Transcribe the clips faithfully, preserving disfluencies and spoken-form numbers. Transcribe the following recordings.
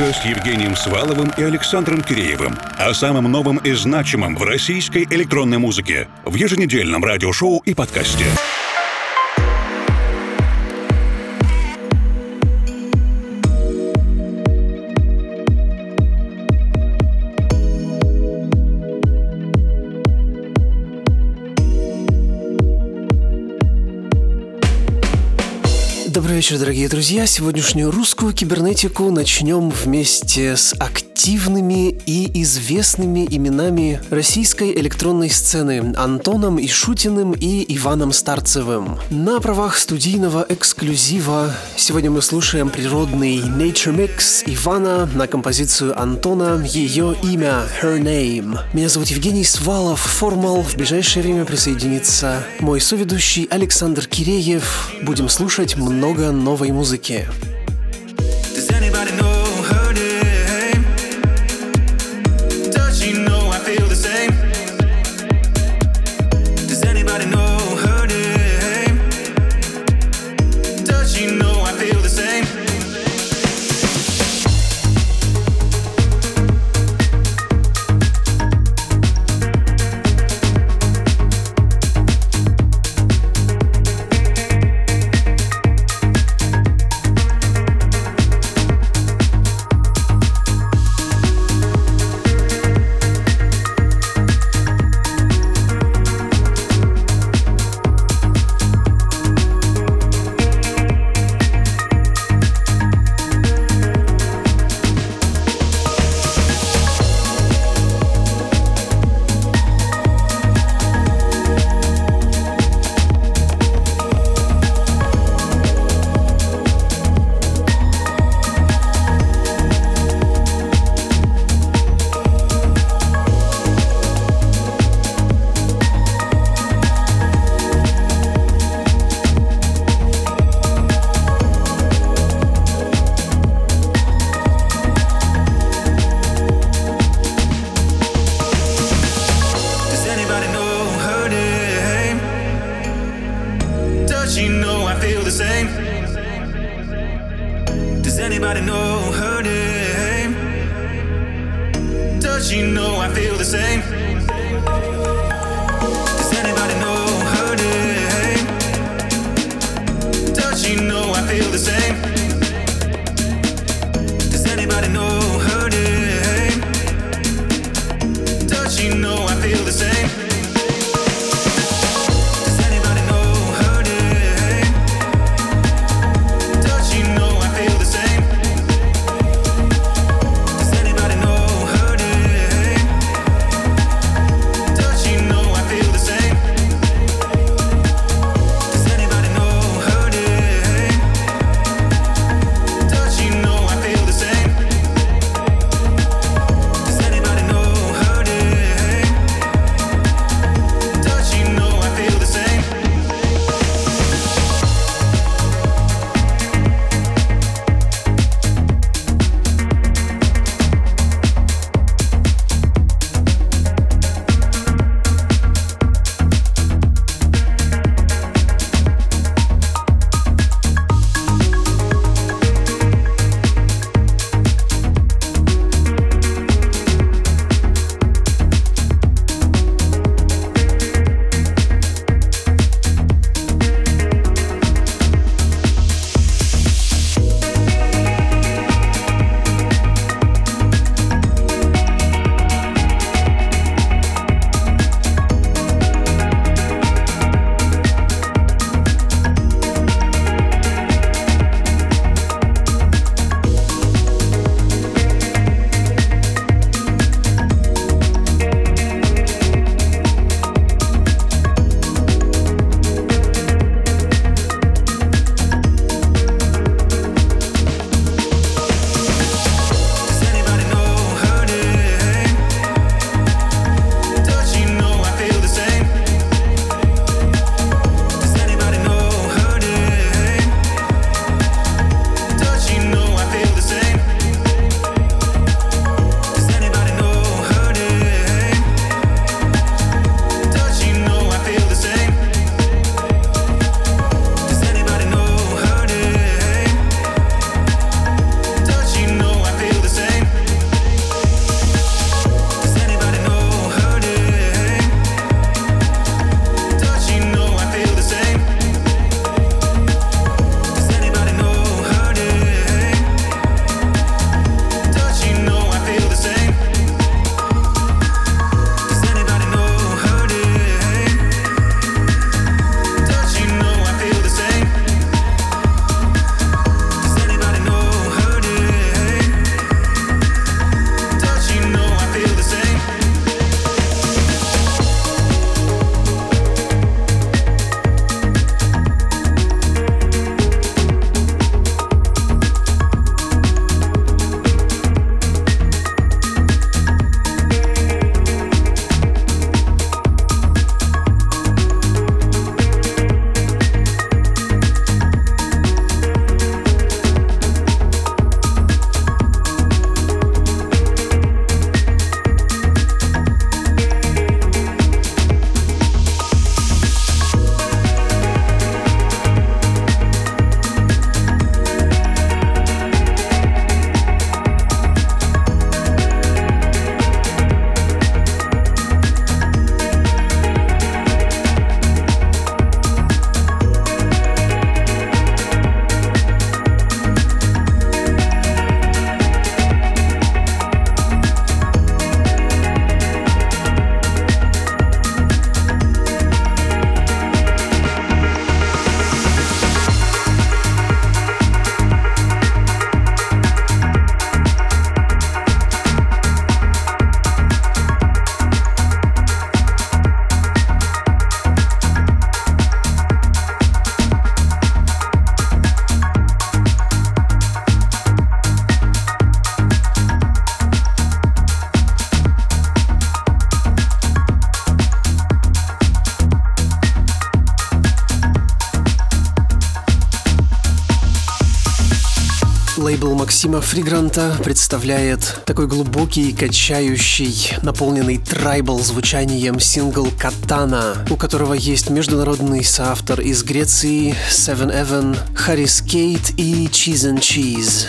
музыка с Евгением Сваловым и Александром Киреевым. О самом новом и значимом в российской электронной музыке в еженедельном радиошоу и подкасте. Добрый вечер, дорогие друзья. Сегодняшнюю русскую кибернетику начнем вместе с активными и известными именами российской электронной сцены Антоном Ишутиным и Иваном Старцевым. На правах студийного эксклюзива сегодня мы слушаем природный Nature Mix Ивана на композицию Антона «Ее имя» Her Name. Меня зовут Евгений Свалов, Формал. В ближайшее время присоединится мой соведущий Александр Киреев. Будем слушать много много новой музыки. Лейбл Максима Фригранта представляет такой глубокий, качающий, наполненный трайбл звучанием сингл «Катана», у которого есть международный соавтор из Греции Seven Evan, Харрис Кейт и Cheese and Cheese.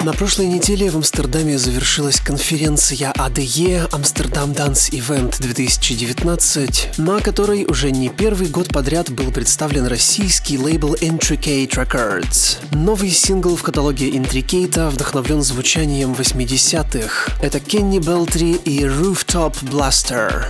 На прошлой неделе в Амстердаме завершилась конференция эй ди и Amsterdam Dance Event две тысячи девятнадцать, на которой уже не первый год подряд был представлен российский лейбл Intricate Records. Новый сингл в каталоге Intricate вдохновлен звучанием восьмидесятых. Это Kenny Beltry и Rooftop Blaster.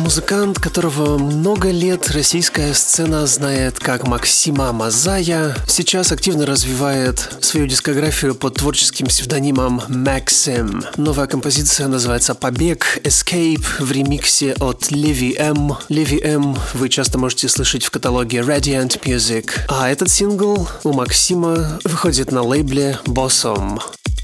Музыкант, которого много лет российская сцена знает как Максима Мазая, сейчас активно развивает свою дискографию под творческим псевдонимом Maxim. Новая композиция называется «Побег», «Escape» в ремиксе от Levi M. Levi M вы часто можете слышать в каталоге Radiant Music. А этот сингл у Максима выходит на лейбле Bosom.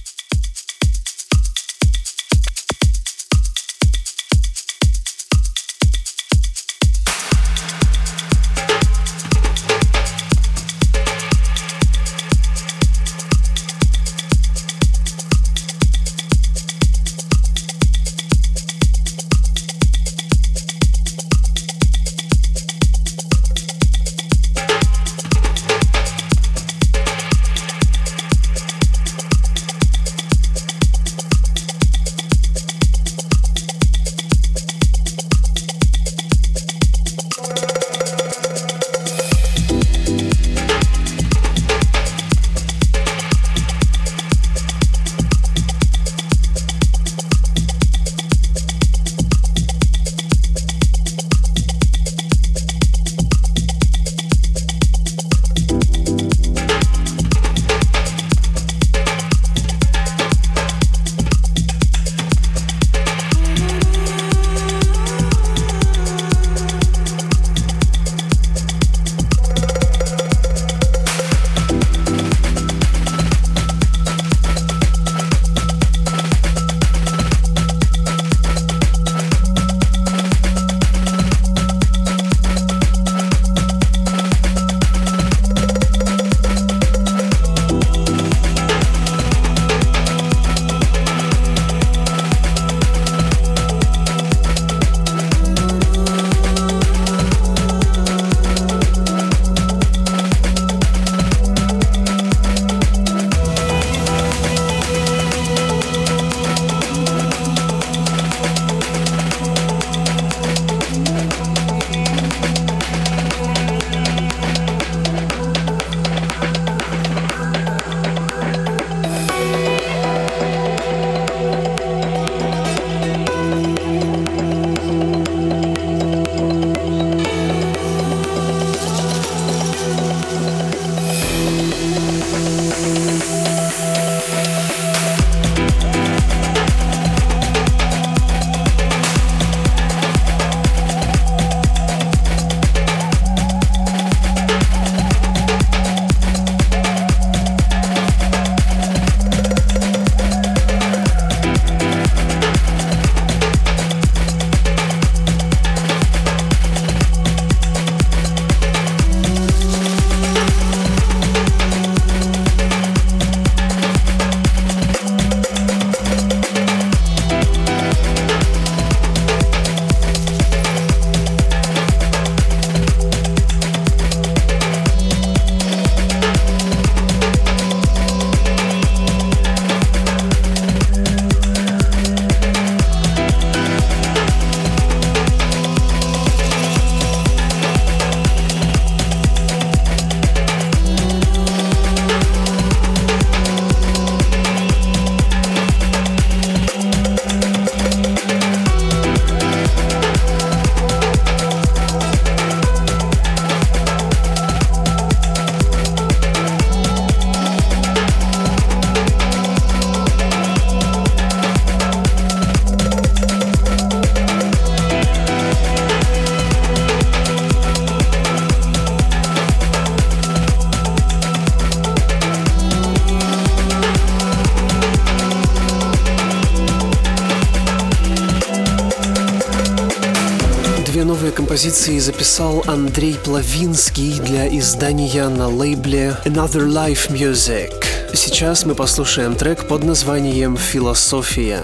Композиции записал Андрей Плавинский для издания на лейбле Another Life Music. Сейчас мы послушаем трек под названием «Философия».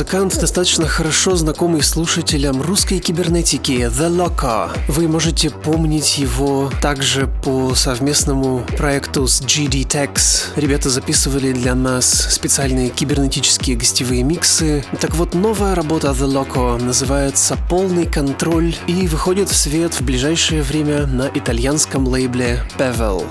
музыкант, достаточно хорошо знакомый слушателям русской кибернетики, The Loco. Вы можете помнить его также по совместному проекту с джи ди Tex. Ребята записывали для нас специальные кибернетические гостевые миксы. Так вот, новая работа The Loco называется «Полный контроль» и выходит в свет в ближайшее время на итальянском лейбле Bevel.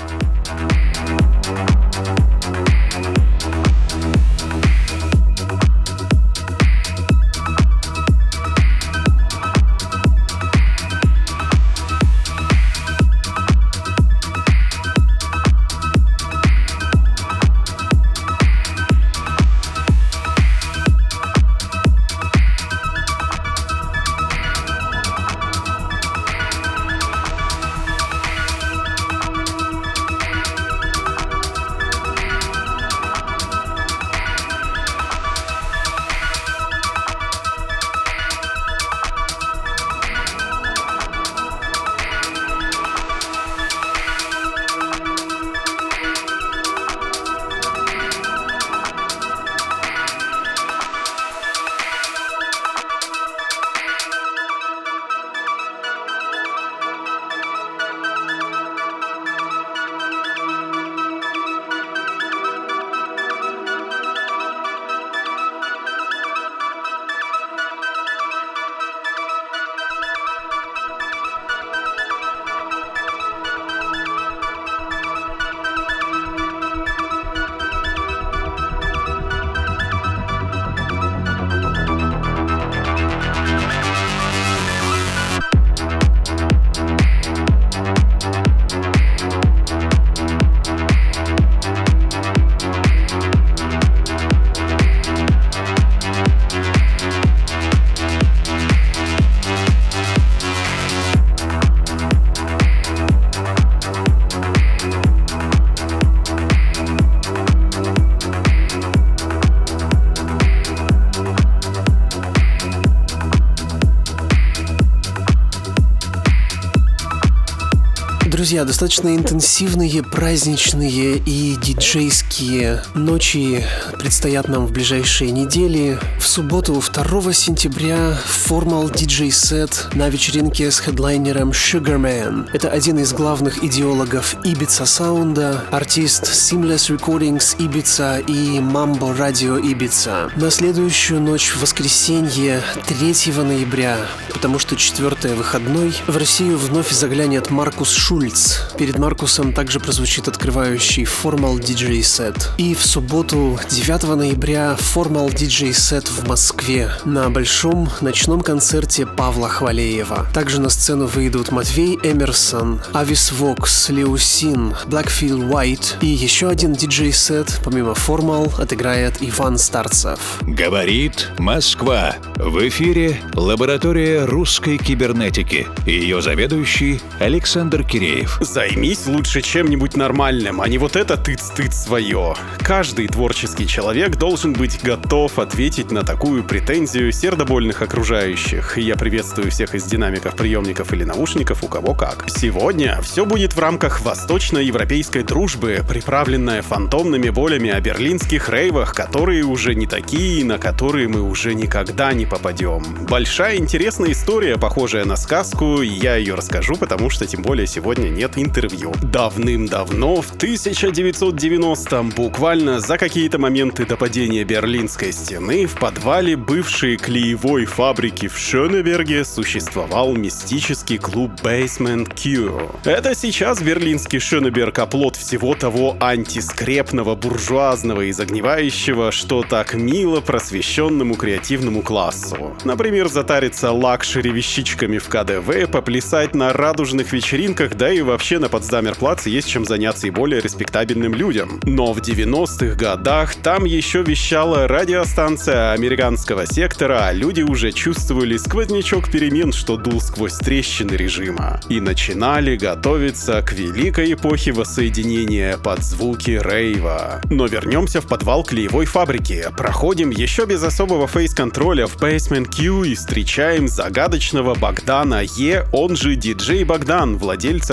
Друзья, достаточно интенсивные, праздничные и диджейские ночи предстоят нам в ближайшие недели. В субботу, второго сентября, Formal ди джей Set на вечеринке с хедлайнером Sugarman. Это один из главных идеологов Ibiza саунда, артист Seamless Recordings Ibiza и Mambo Radio Ibiza. На следующую ночь, в воскресенье, третьего ноября, потому что четвертое выходной, в Россию вновь заглянет Маркус Шульц. Перед Маркусом также прозвучит открывающий Formal ди джей Set. И в субботу, девятого ноября, Formal ди джей Set в Москве на большом ночном концерте Павла Хвалеева. Также на сцену выйдут Матвей Эмерсон, Авис Вокс, Леусин, Blackfield White и еще один ди джей Set, помимо Formal, отыграет Иван Старцев. Говорит Москва. В эфире лаборатория русской кибернетики. Ее заведующий Александр Киреев. Займись лучше чем-нибудь нормальным, а не вот это тыц-тыц свое. Каждый творческий человек должен быть готов ответить на такую претензию сердобольных окружающих. И я приветствую всех из динамиков, приемников или наушников, у кого как. Сегодня все будет в рамках восточноевропейской дружбы, приправленная фантомными болями о берлинских рейвах, которые уже не такие, на которые мы уже никогда не попадем. Большая интересная история, похожая на сказку, и я ее расскажу, потому что тем более сегодня нет интервью. Давным-давно, в тысяча девятьсот девяностом, буквально за какие-то моменты до падения Берлинской стены, в подвале бывшей клеевой фабрики в Шönеберге существовал мистический клуб Basement Q. Это сейчас берлинский Шönеберг — оплот всего того антискрепного, буржуазного и загнивающего, что так мило просвещенному креативному классу. Например, затариться лакшери-вещичками в ка дэ вэ, поплясать на радужных вечеринках, да и вообще на Потсдамерплаце есть чем заняться и более респектабельным людям. Но в девяностых годах там еще вещала радиостанция американского сектора, а люди уже чувствовали сквознячок перемен, что дул сквозь трещины режима. И начинали готовиться к великой эпохе воссоединения под звуки рейва. Но вернемся в подвал клеевой фабрики. Проходим еще без особого фейс-контроля в Basement Q и встречаем загадочного Богдана Е, он же диджей Богдан, владельца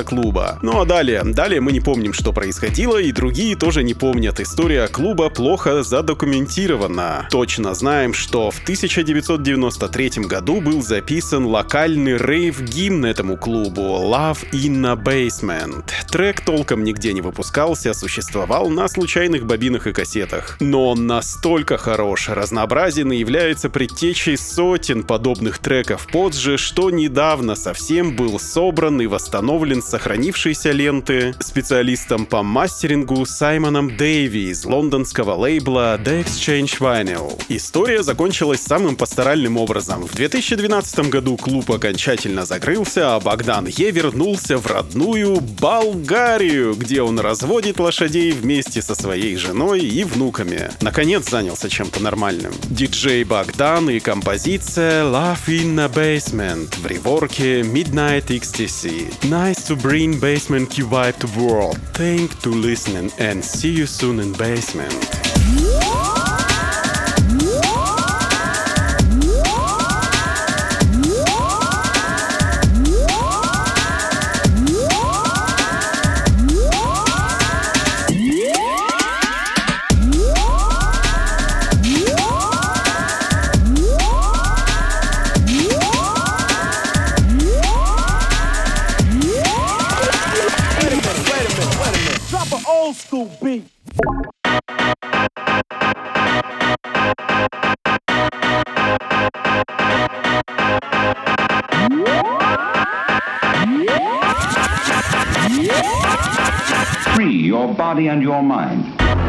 клуба. Ну а далее, далее мы не помним, что происходило, и другие тоже не помнят. История клуба плохо задокументирована. Точно знаем, что в тысяча девятьсот девяносто третьем году был записан локальный рейв-гимн этому клубу «Love in a Basement». Трек толком нигде не выпускался, существовал на случайных бобинах и кассетах. Но он настолько хорош, разнообразен и является предтечей сотен подобных треков позже, что недавно совсем был собран и восстановлен с сохранившейся ленты специалистом по мастерингу Саймоном Дэйви из лондонского лейбла The Exchange Vinyl. История закончилась самым пасторальным образом. В две тысячи двенадцатом году клуб окончательно закрылся, а Богдан Е вернулся в родную Болгарию, где он разводит лошадей вместе со своей женой и внуками. Наконец занялся чем-то нормальным. Диджей Богдан и композиция Love in a Basement в реворке Midnight икс ти си. Nice to bring basement key vibe to world. Thank to listening and see you soon in basement. School beat. Free your body and your mind.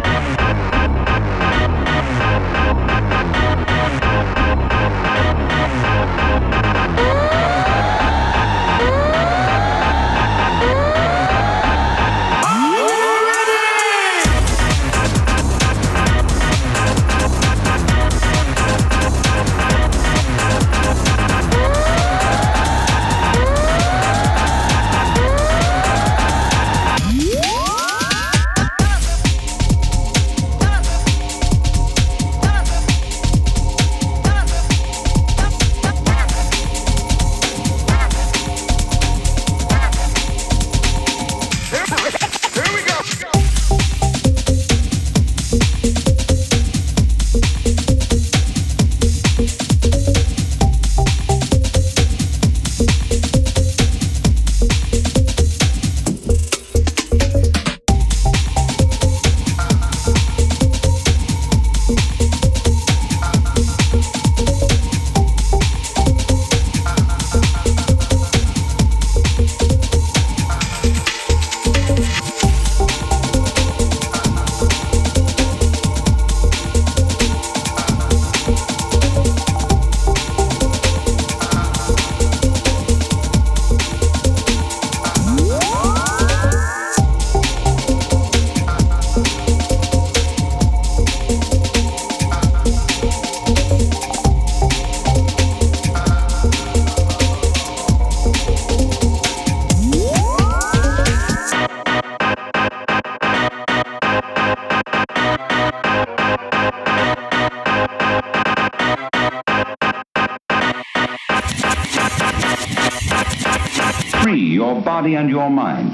Free your body and your mind.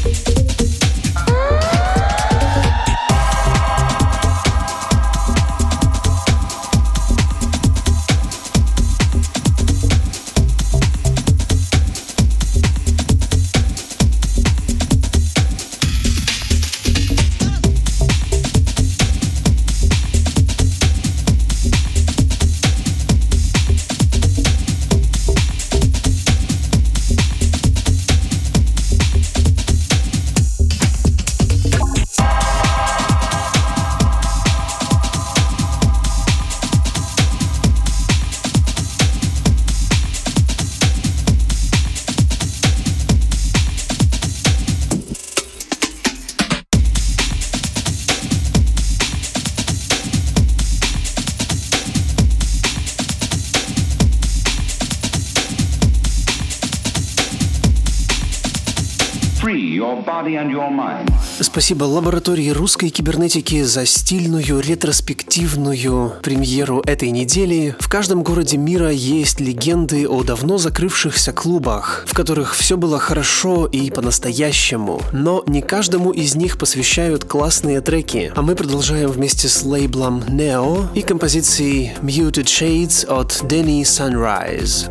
Free your body and your mind. Спасибо лаборатории русской кибернетики за стильную ретроспективную премьеру этой недели. В каждом городе мира есть легенды о давно закрывшихся клубах, в которых все было хорошо и по-настоящему. Но не каждому из них посвящают классные треки. А мы продолжаем вместе с лейблом Neo и композицией Muted Shades от Danny Sunrise.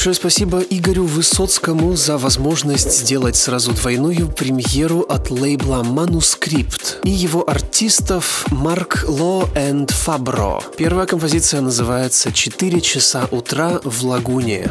Большое спасибо Игорю Высоцкому за возможность сделать сразу двойную премьеру от лейбла Manuscript и его артистов Марк Ло и Фабро. Первая композиция называется «Четыре часа утра в лагуне».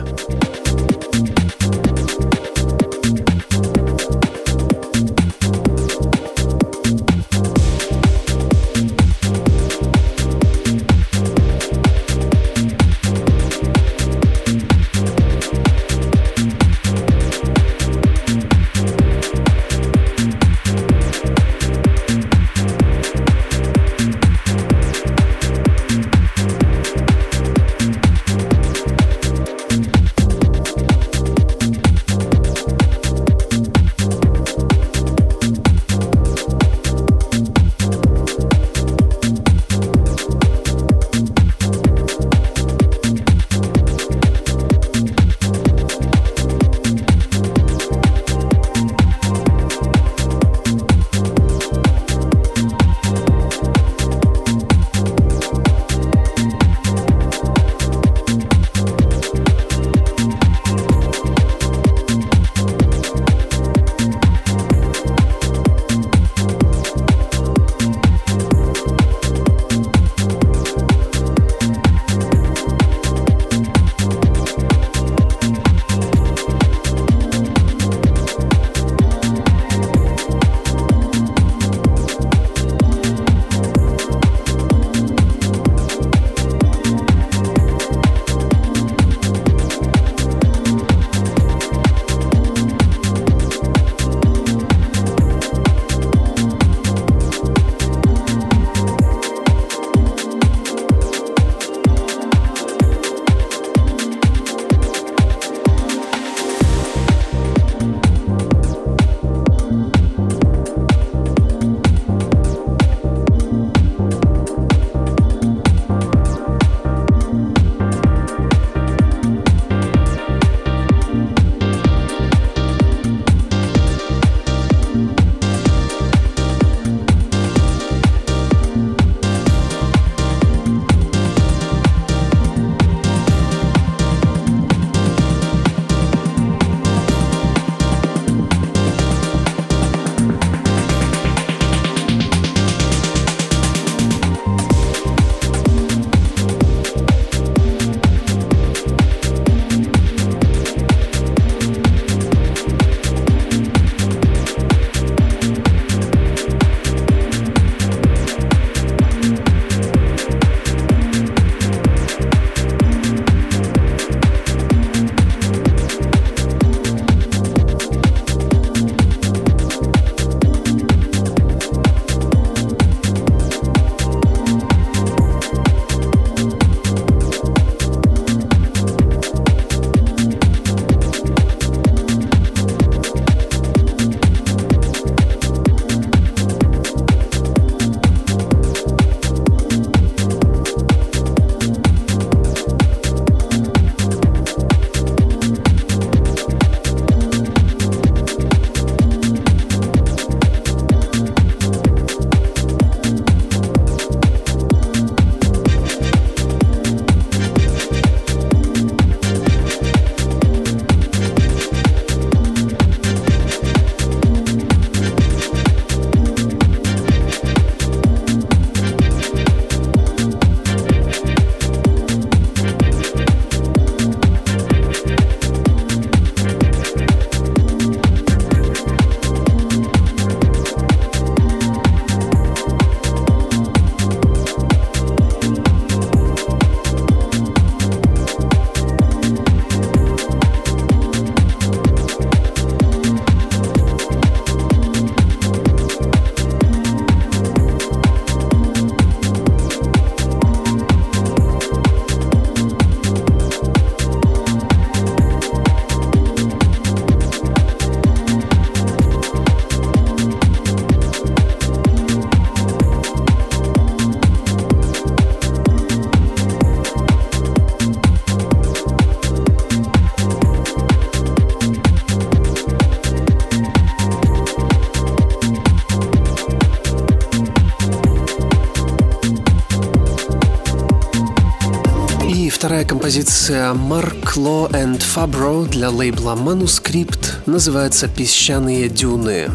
вторая композиция Mark Law and Fabro для лейбла Manuscript, называется «Песчаные дюны».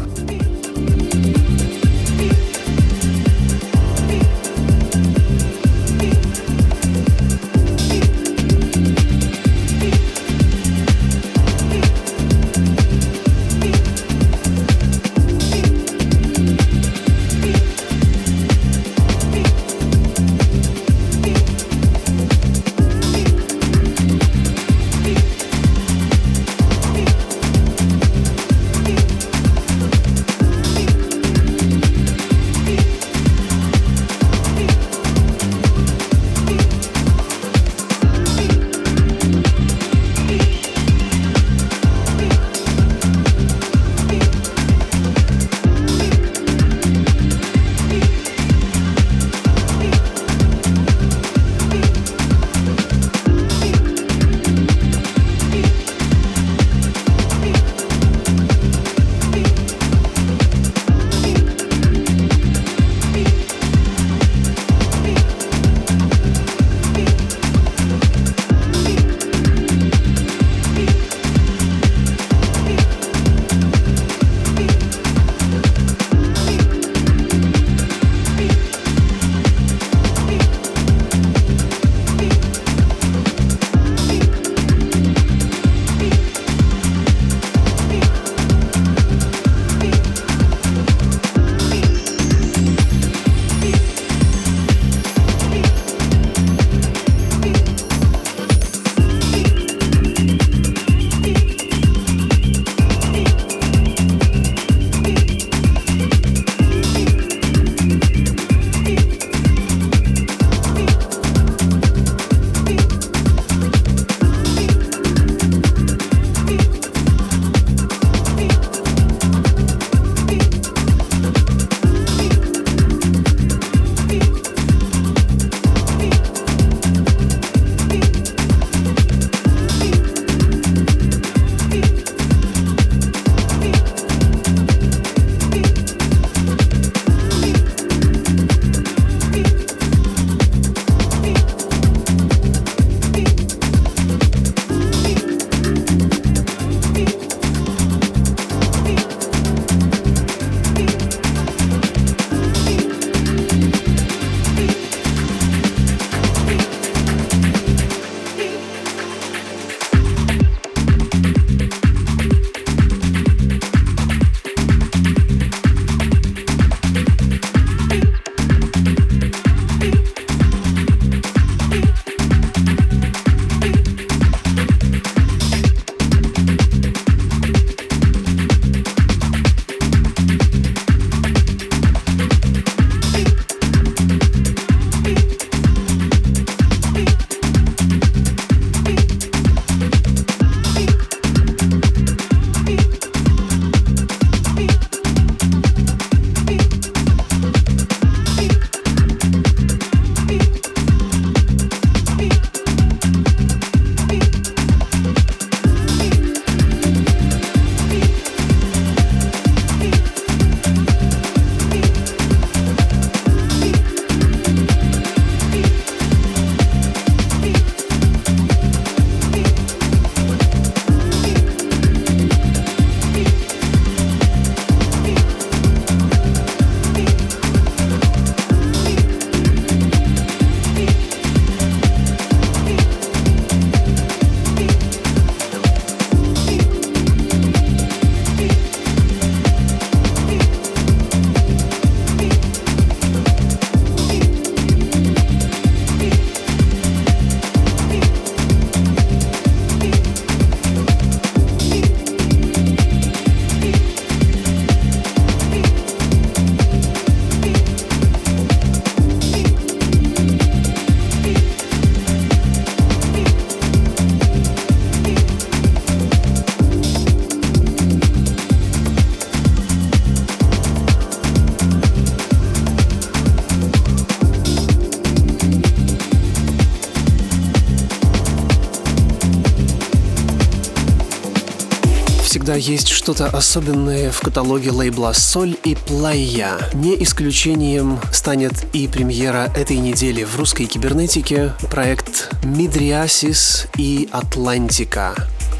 всегда, есть что-то особенное в каталоге лейбла Соль и Playa. Не исключением станет и премьера этой недели в русской кибернетике — проект Midriasis и Атлантика.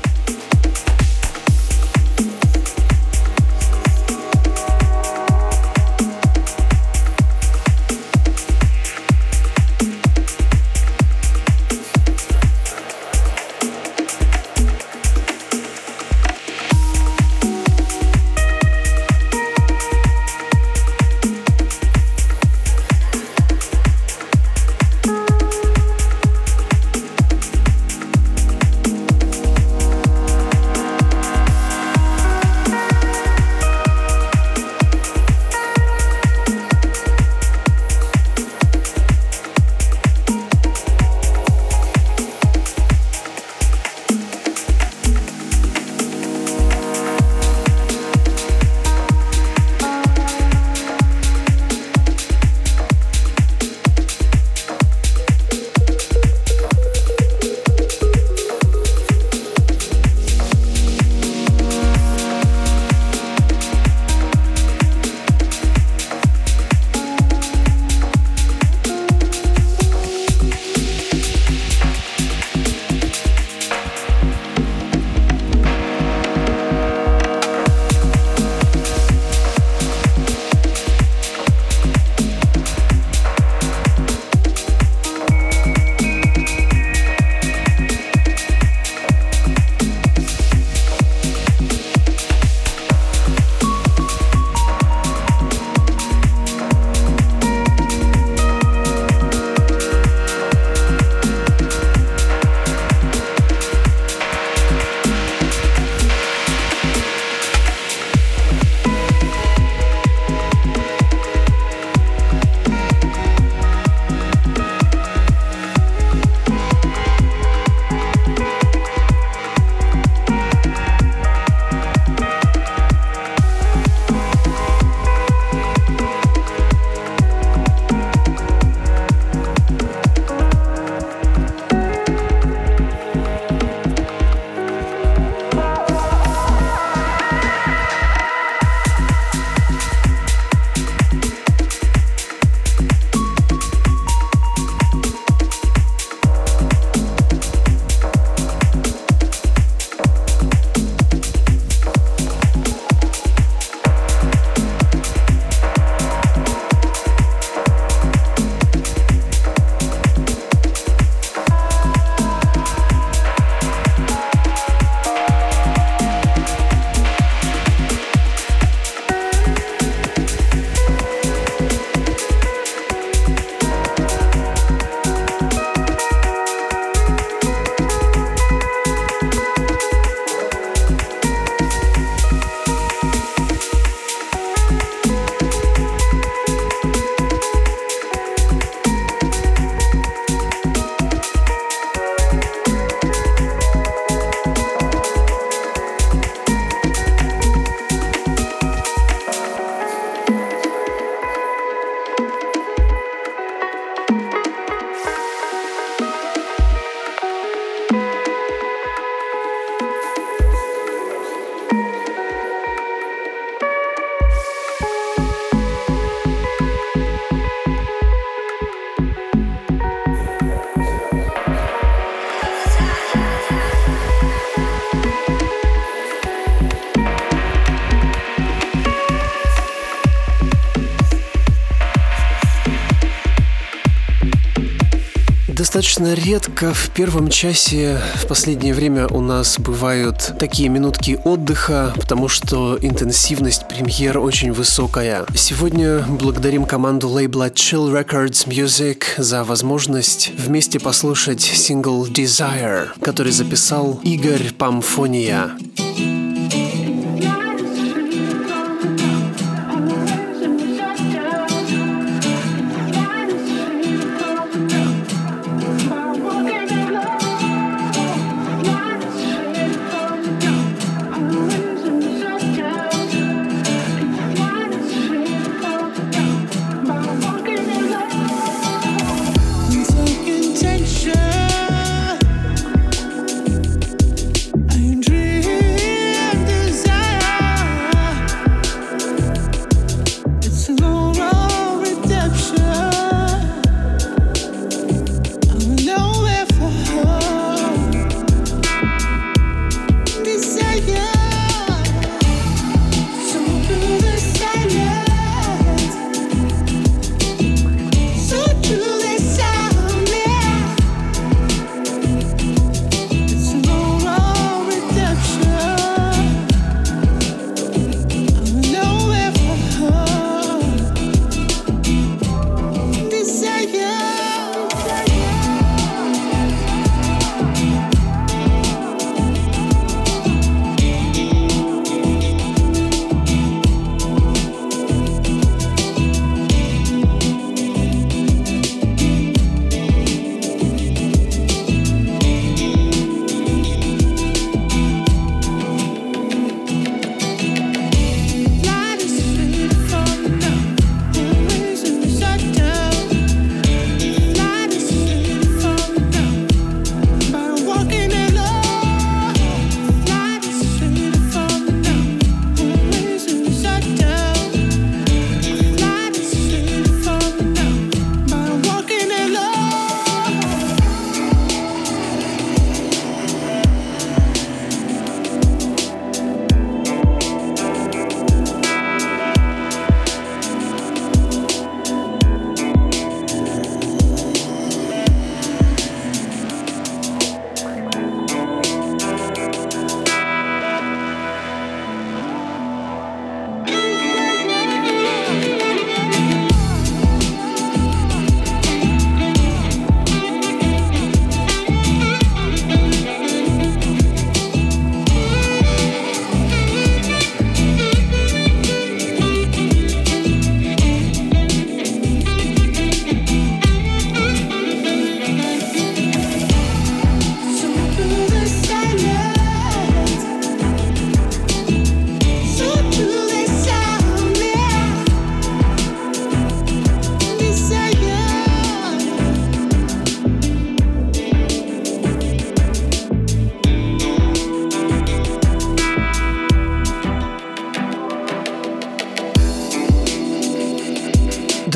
Достаточно редко в первом часе в последнее время у нас бывают такие минутки отдыха, потому что интенсивность премьер очень высокая. Сегодня благодарим команду лейбла Chill Records Music за возможность вместе послушать сингл Desire, который записал Игорь Памфония. Dream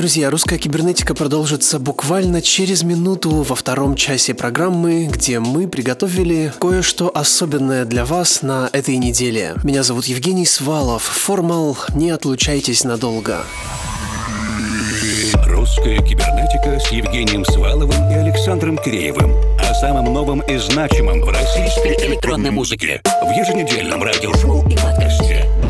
Друзья, «Русская кибернетика» продолжится буквально через минуту во втором часе программы, где мы приготовили кое-что особенное для вас на этой неделе. Меня зовут Евгений Свалов. Формал, не отлучайтесь надолго. «Русская кибернетика» с Евгением Сваловым и Александром Киреевым. О самом новом и значимом в российской электронной музыке. В еженедельном радиошоу и подкасте.